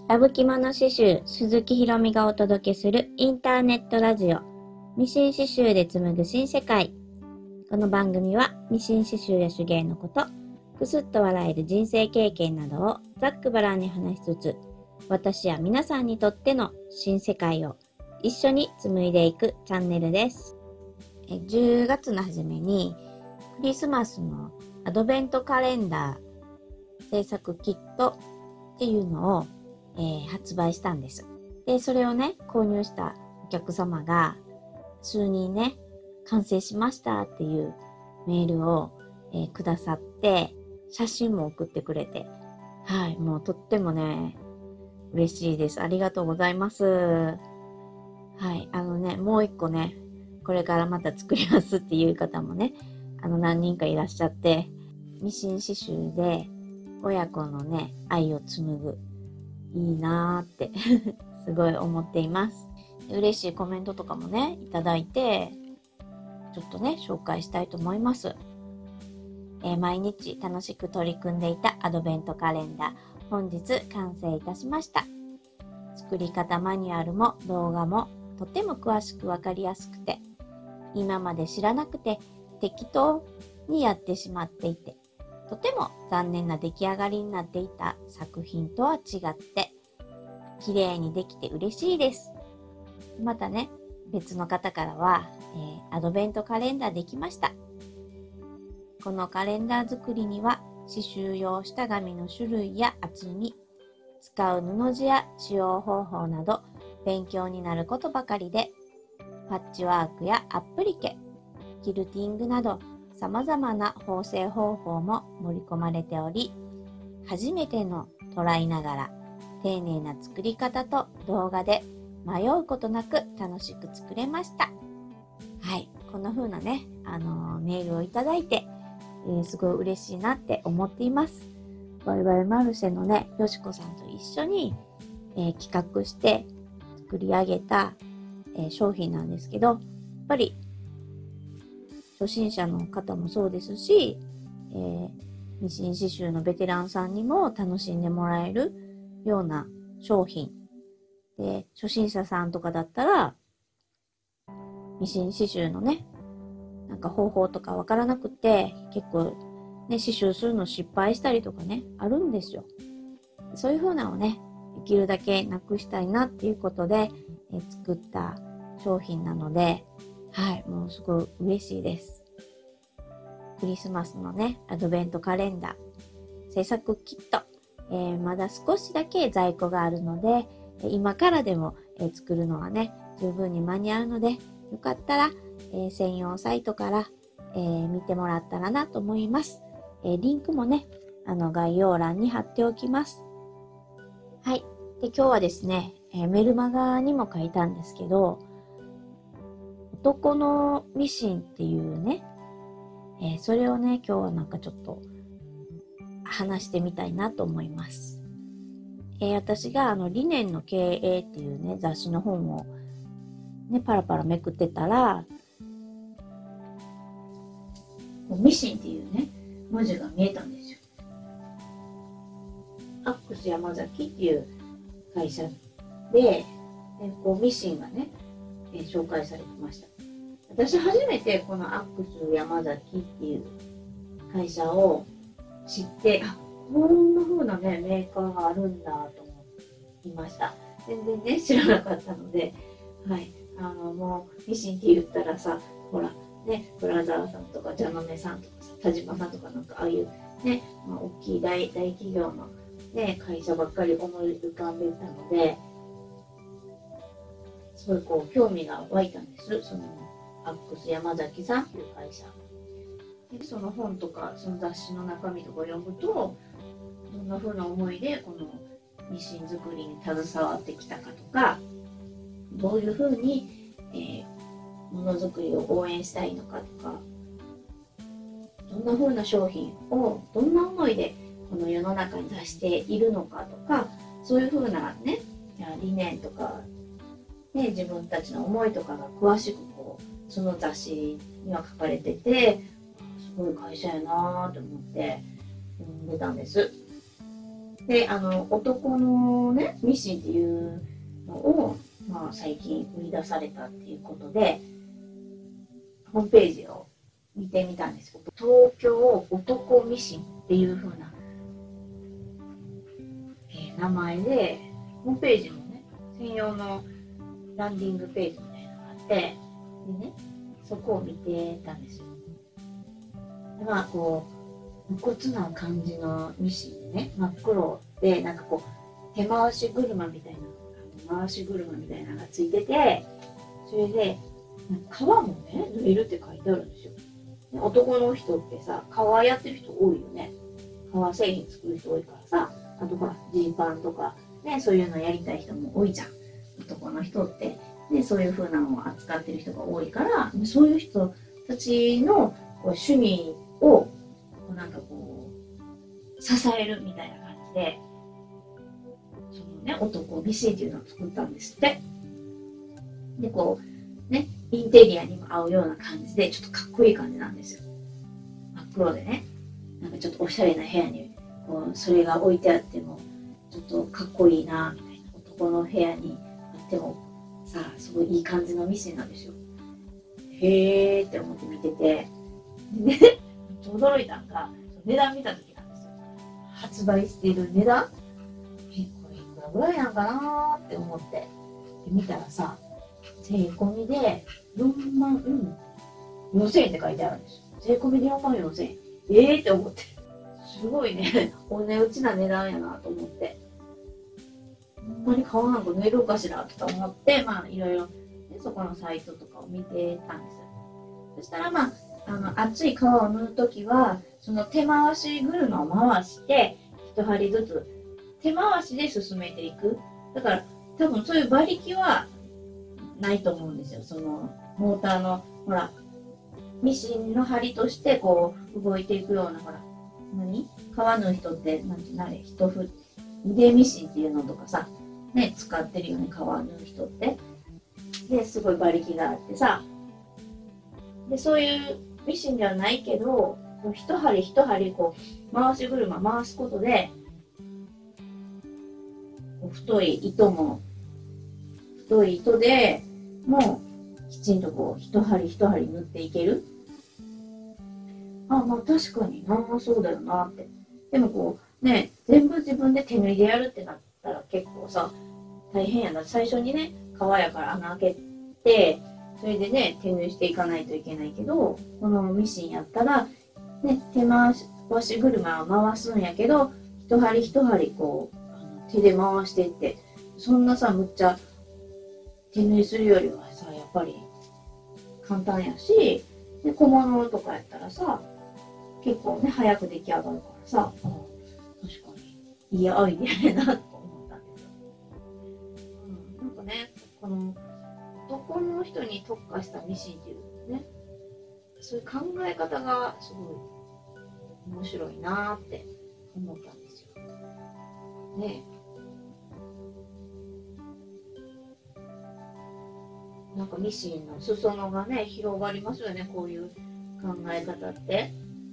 ラブ着物刺繍鈴木ひろみがお届けするインターネットラジオミシン刺繍で紡ぐ新世界。この番組はミシン刺繍や手芸のこと、くすっと笑える人生経験などをざっくばらんに話しつつ、私や皆さんにとっての新世界を一緒に紡いでいくチャンネルです。10月の初めにクリスマスのアドベントカレンダー制作キットっていうのを、発売したんです。で、それをね、購入したお客様が数人ね、完成しましたっていうメールを、くださって、写真も送ってくれて、はい、もうとってもね、嬉しいです。ありがとうございます。はい、もう一個ね、これからまた作りますっていう方もね、何人かいらっしゃって、ミシン刺繍で親子のね、愛を紡ぐ、いいなーってすごい思っています。嬉しいコメントとかもね、いただいて、ちょっとね、紹介したいと思います。毎日楽しく取り組んでいたアドベントカレンダー、本日完成いたしました。作り方マニュアルも動画もとても詳しくわかりやすくて、今まで知らなくて適当にやってしまっていて、とても残念な出来上がりになっていた作品とは違って、綺麗にできて嬉しいです。またね、別の方からは、アドベントカレンダーできました。このカレンダー作りには刺繍用下紙の種類や厚み、使う布地や使用方法など勉強になることばかりで、パッチワークやアップリケ、キルティングなど様々な縫製方法も盛り込まれており、初めてのトライながら丁寧な作り方と動画で迷うことなく楽しく作れました。はい、こんな風なね、メールをいただいて、すごい嬉しいなって思っています。ワイワイマルシェのね、よしこさんと一緒に、企画して作り上げた、商品なんですけど、やっぱり初心者の方もそうですし、ミシン刺繍のベテランさんにも楽しんでもらえるような商品で、初心者さんとかだったらミシン刺繍のね、なんか方法とかわからなくて、結構ね、刺繍するの失敗したりとかね、あるんですよ。そういう風なのをね、できるだけなくしたいなっていうことで、作った商品なので、はい、もうすごい嬉しいです。クリスマスのね、アドベントカレンダー、制作キット、まだ少しだけ在庫があるので、今からでも、作るのはね、十分に間に合うので、よかったら、専用サイトから、見てもらったらなと思います。リンクもね、概要欄に貼っておきます。はい。で、今日はですね、メルマガにも書いたんですけど、男のミシンっていうね、それをね、今日はなんかちょっと話してみたいなと思います。私が理念の経営っていうね、雑誌の本をね、パラパラめくってたら、ミシンっていうね、文字が見えたんですよ。アックス山崎っていう会社で、ミシンがね、紹介されてました。私初めてこのアックス山崎っていう会社を知って、あ、こんな風なね、メーカーがあるんだと思いました。全然ね、知らなかったので、はい、もうミシンって言ったらさ、ほら、ね、ブラザーさんとか、ジャノメさんとかさ、田島さんとかなんか、ああいうね、大きい大企業のね、会社ばっかり思い浮かんでいたので、すごいこう、興味が湧いたんです。その、アックス山崎さんっていう会社。でその本とか、その雑誌の中身とか読むと、どんな風な思いでこのミシン作りに携わってきたかとか、どういう風に、ものづくりを応援したいのかとか、どんな風な商品をどんな思いでこの世の中に出しているのかとか、そういう風なね、理念とか、ね、自分たちの思いとかが詳しくこうその雑誌には書かれてて、すごい会社やなと思って読んでたんです。 で、男のね、ミシンっていうのを、まあ、最近売り出されたっていうことで、ホームページを見てみたんですよ。東京男ミシンっていう風な、名前で、ホームページもね、専用のランディングページみたいなのがあって、でね、そこを見てたんですよ。で、まあ、こう、無骨な感じのミシンでね、真っ黒で、なんかこう、手回し車みたいな、回し車みたいなのがついてて、それで、皮もね、縫えるって書いてあるんですよ。男の人ってさ、革やってる人多いよね。革製品作る人多いからさ、あとほら、ジーパンとか、ね、そういうのやりたい人も多いじゃん。男の人って。で、そういう風なのを扱ってる人が多いから、そういう人たちのこう趣味を、なんかこう、支えるみたいな感じで、そのね、男ミシンっていうのを作ったんですって。で、こう、ね、インテリアにも合うような感じで、ちょっとかっこいい感じなんですよ。真っ黒でね。なんかちょっとおしゃれな部屋に、こう、それが置いてあっても、ちょっとかっこいいな、みたいな。男の部屋にあっても、さあ、すごいいい感じのミシンなんですよ。へーって思って見てて、でね、驚いたのが、値段見た時なんですよ。発売している値段これいくらぐらいなんかなーって思って。で見たらさ、税込みで4万4千円って書いてあるんですよ。税込みで4万4千円。って思って。すごいね、お値打ちな値段やなと思って。ほんまに顔なんか縫えるかしらとか思って、まあいろいろ、ね、そこのサイトとかを見てたんですよ。そしたらまあ、厚い皮を縫うときは、その手回し車を回して、一針ずつ手回しで進めていく。だから多分そういう馬力はないと思うんですよ。そのモーターの、ほら、ミシンの針としてこう動いていくような、ほら、皮縫う人って、なんていうのあれ、腕ミシンっていうのとかさ、ね、使ってるよね、皮縫う人って。で、すごい馬力があってさ、で、そういうミシンではないけど、一針一針こう、回し車回すことで、太い糸でもうきちんとこう一針一針縫っていける。まあ確かにな、そうだよなって。でもこうね、全部自分で手縫いでやるってなったら結構さ、大変やな。最初にね、革やから穴開けて、それでね、手縫いしていかないといけないけど、このミシンやったら、ね、手回し車を回すんやけど、一針一針こう、手で回していって、そんなさ、むっちゃ手縫いするよりはさ、やっぱり簡単やし、で小物とかやったらさ、結構ね、早く出来上がるからさ、確かにいいアイデアやなと思ったんですよ。なんかね、この男の人に特化したミシンっていうね、そういう考え方がすごい面白いなって思ったんですよ。ね、なんかミシンの裾野がね、広がりますよね、こういう考え方って。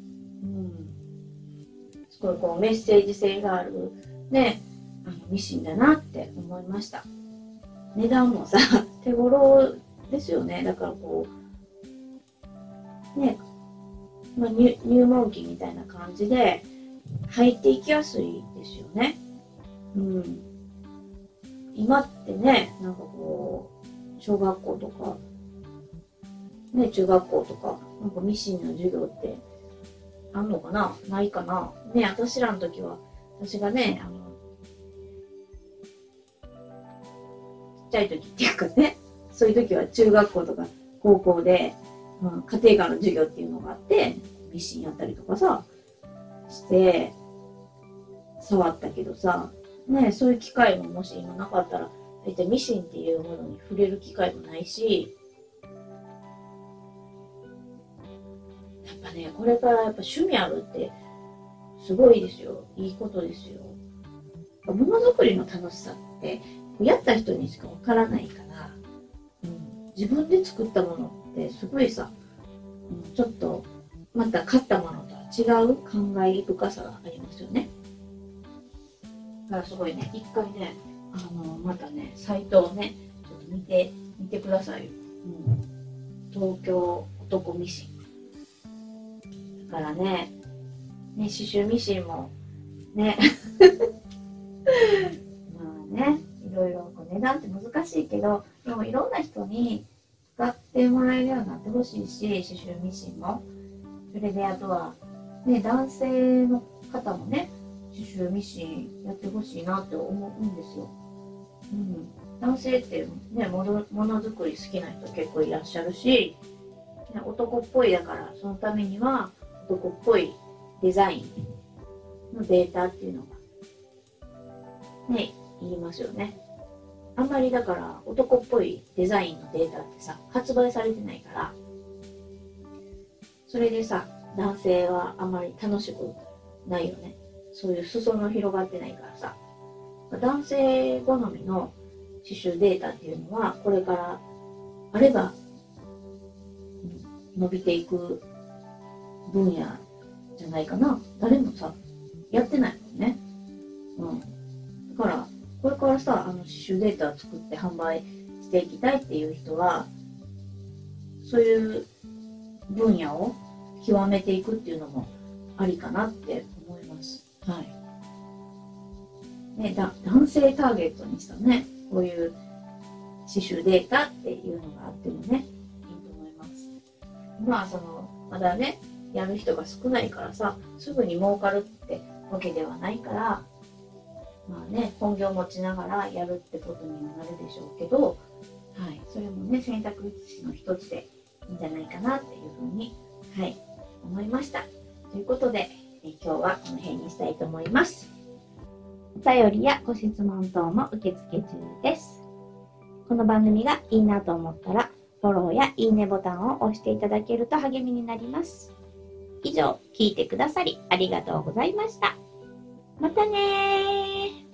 すごいこうメッセージ性があるね、ミシンだなって思いました。値段もさ、手頃ですよね。だからこう、ね、まあ、入門機みたいな感じで入っていきやすいですよね。今ってね、なんかこう、小学校とか、ね、中学校とか、なんかミシンの授業ってあんのかな、ないかなね、私らの時は、私がね、ちっちゃい時っていうかね、そういう時は中学校とか高校で、家庭科の授業っていうのがあって、ミシンやったりとかさ、して、触ったけどさ、ね、そういう機会ももし今なかったら、大体ミシンっていうものに触れる機会もないし、やっぱね、これからやっぱ趣味あるってすごいですよ。いいことですよ。ものづくりの楽しさって、やった人にしかわからないから、自分で作ったものってすごいさ、ちょっとまた買ったものとは違う考え深さがありますよね。 からすごいね、一回ね、またね、サイトをね、ちょっと見てくださいよ。東京男ミシン。だからね、刺繍ミシンも、ね、まあね、いろいろ値段って難しいけど、でもいろんな人に使ってもらえるようになってほしいし、刺繍ミシンも。それであとは、ね、男性の方もね、刺繍ミシンやってほしいなって思うんですよ。男性ってね、ものづくり好きな人結構いらっしゃるし、ね、男っぽいだから、そのためには男っぽいデザインのデータっていうのがね、言いますよね。あんまりだから男っぽいデザインのデータってさ、発売されてないから、それでさ、男性はあんまり楽しくないよね。そういう裾野広がってないからさ、男性好みの刺繍データっていうのはこれからあれば伸びていく分野じゃないかな。誰もさ、やってないもんね。だからこれからさ、刺繍データを作って販売していきたいっていう人は、そういう分野を極めていくっていうのもありかなって思います。はい。ね、男性ターゲットにしたね、こういう刺繍データっていうのがあってもね、いいと思います。まだね、やる人が少ないからさ、すぐに儲かるってわけではないから、本業を持ちながらやるってことにはなるでしょうけど、はい、それもね、選択肢の一つでいいんじゃないかなっていうふうに、はい、思いました。ということで、今日はこの辺にしたいと思います。お便りやご質問等も受付中です。この番組がいいなと思ったら、フォローやいいねボタンを押していただけると励みになります。以上、聞いてくださりありがとうございました。またねー。